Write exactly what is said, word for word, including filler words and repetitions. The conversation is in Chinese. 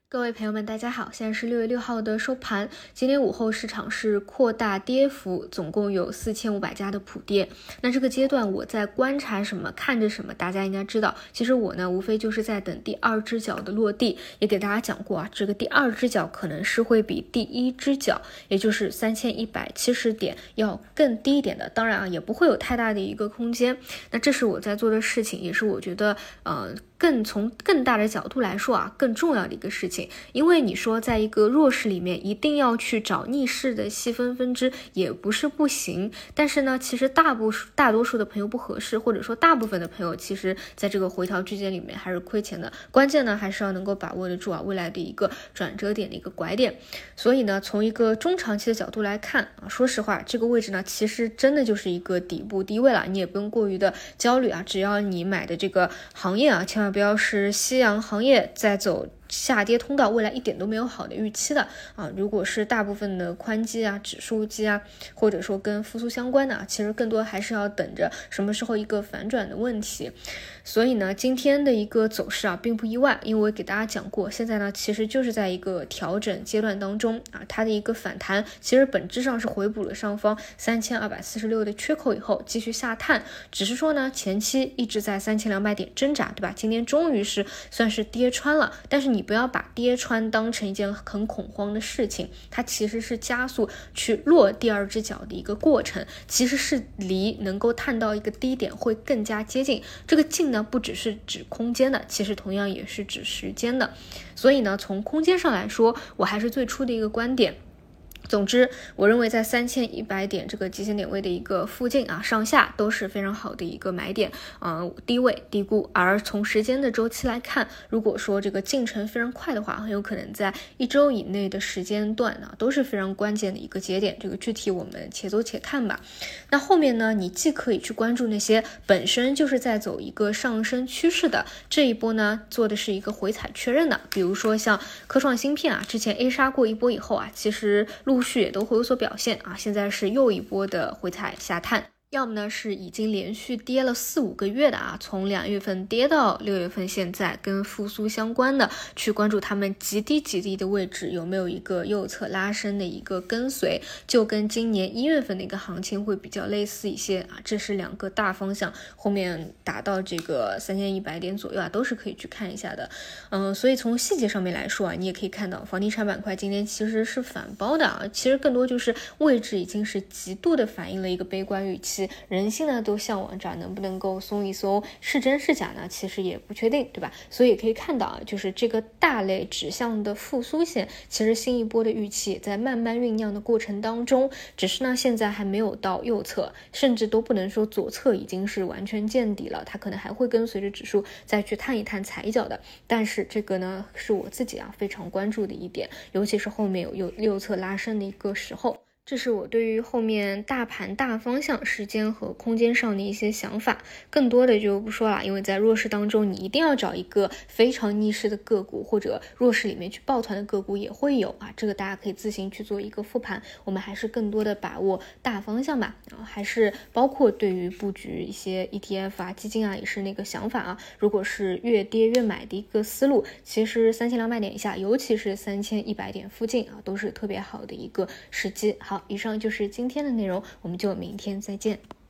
各位朋友们，大家好，现在是六月六号的收盘。今天午后市场是扩大跌幅，总共有四千五百家的普跌。那这个阶段我在观察什么，看着什么，大家应该知道。其实我呢，无非就是在等第二只脚的落地。也给大家讲过啊，这个第二只脚可能是会比第一只脚，也就是三千一百七十点要更低一点的。当然啊，也不会有太大的一个空间。那这是我在做的事情，也是我觉得呃。更从更大的角度来说啊，更重要的一个事情，因为你说在一个弱势里面一定要去找逆势的细分分支也不是不行，但是呢，其实大部大多数的朋友不合适，或者说大部分的朋友其实在这个回调区间里面还是亏钱的。关键呢还是要能够把握得住啊未来的一个转折点的一个拐点。所以呢，从一个中长期的角度来看啊，说实话，这个位置呢其实真的就是一个底部低位了，你也不用过于的焦虑啊，只要你买的这个行业啊，千万不要是夕阳行业在走下跌通道，未来一点都没有好的预期的啊！如果是大部分的宽基啊、指数基啊，或者说跟复苏相关的啊，其实更多还是要等着什么时候一个反转的问题。所以呢，今天的一个走势啊，并不意外，因为我给大家讲过，现在呢其实就是在一个调整阶段当中啊，它的一个反弹其实本质上是回补了上方三千二百四十六的缺口以后继续下探，只是说呢前期一直在三千两百点挣扎，对吧？今天终于是算是跌穿了，但是你不要把跌穿当成一件很恐慌的事情，它其实是加速去落第二只脚的一个过程，其实是离能够探到一个低点会更加接近。这个近呢不只是指空间的，其实同样也是指时间的。所以呢，从空间上来说，我还是最初的一个观点。总之，我认为在三千一百点这个极限点位的一个附近啊，上下都是非常好的一个买点，呃，低位低估。而从时间的周期来看，如果说这个进程非常快的话，很有可能在一周以内的时间段呢，都是非常关键的一个节点。这个具体我们且走且看吧。那后面呢，你既可以去关注那些本身就是在走一个上升趋势的，这一波呢做的是一个回踩确认的，比如说像科创芯片啊，之前 A 杀过一波以后啊，其实陆续也都会有所表现啊，现在是又一波的回踩下探。要么呢是已经连续跌了四五个月的啊，从两月份跌到六月份，现在跟复苏相关的，去关注他们极低极低的位置有没有一个右侧拉升的一个跟随，就跟今年一月份的一个行情会比较类似一些啊，这是两个大方向，后面达到这个三千一百点左右啊，都是可以去看一下的。嗯，所以从细节上面来说啊，你也可以看到房地产板块今天其实是反包的啊，其实更多就是位置已经是极度的反映了一个悲观预期。人性呢都向往着能不能够松一松，是真是假呢其实也不确定，对吧？所以可以看到啊，就是这个大类指向的复苏线，其实新一波的预期也在慢慢酝酿的过程当中，只是呢现在还没有到右侧，甚至都不能说左侧已经是完全见底了，它可能还会跟随着指数再去探一探踩一脚的。但是这个呢是我自己啊非常关注的一点，尤其是后面有右右侧拉升的一个时候。这是我对于后面大盘大方向时间和空间上的一些想法，更多的就不说了，因为在弱势当中你一定要找一个非常逆势的个股，或者弱势里面去抱团的个股也会有啊，这个大家可以自行去做一个复盘，我们还是更多的把握大方向吧，然后还是包括对于布局一些 E T F 啊基金啊也是那个想法啊，如果是越跌越买的一个思路，其实三千两百点以下，尤其是三千一百点附近啊，都是特别好的一个时机。好，以上就是今天的内容，我们就明天再见。